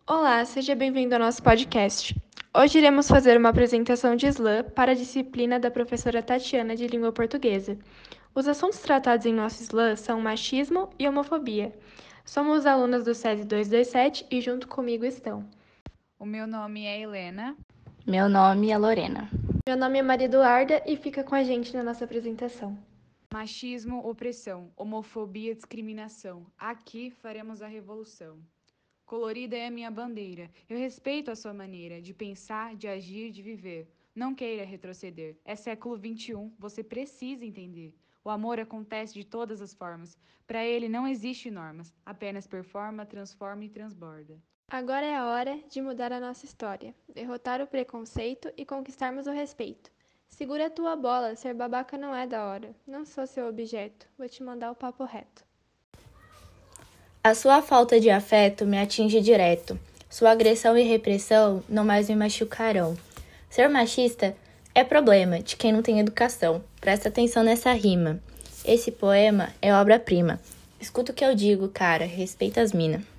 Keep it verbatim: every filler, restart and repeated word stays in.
Olá, seja bem-vindo ao nosso podcast. Hoje iremos fazer uma apresentação de slam para a disciplina da professora Tatiana de Língua Portuguesa. Os assuntos tratados em nosso slam são machismo e homofobia. Somos alunas do SESI duzentos e vinte e sete e junto comigo estão. O meu nome é Helena. Meu nome é Lorena. Meu nome é Maria Eduarda e fica com a gente na nossa apresentação. Machismo, opressão, homofobia, discriminação. Aqui faremos a revolução. Colorida é a minha bandeira. Eu respeito a sua maneira de pensar, de agir, de viver. Não queira retroceder. É século vinte e um, você precisa entender. O amor acontece de todas as formas. Para ele não existe normas. Apenas performa, transforma e transborda. Agora é a hora de mudar a nossa história, derrotar o preconceito e conquistarmos o respeito. Segura a tua bola, ser babaca não é da hora. Não sou seu objeto, vou te mandar o papo reto. A sua falta de afeto me atinge direto. Sua agressão e repressão não mais me machucarão. Ser machista é problema de quem não tem educação. Presta atenção nessa rima. Esse poema é obra-prima. Escuta o que eu digo, cara, respeita as mina.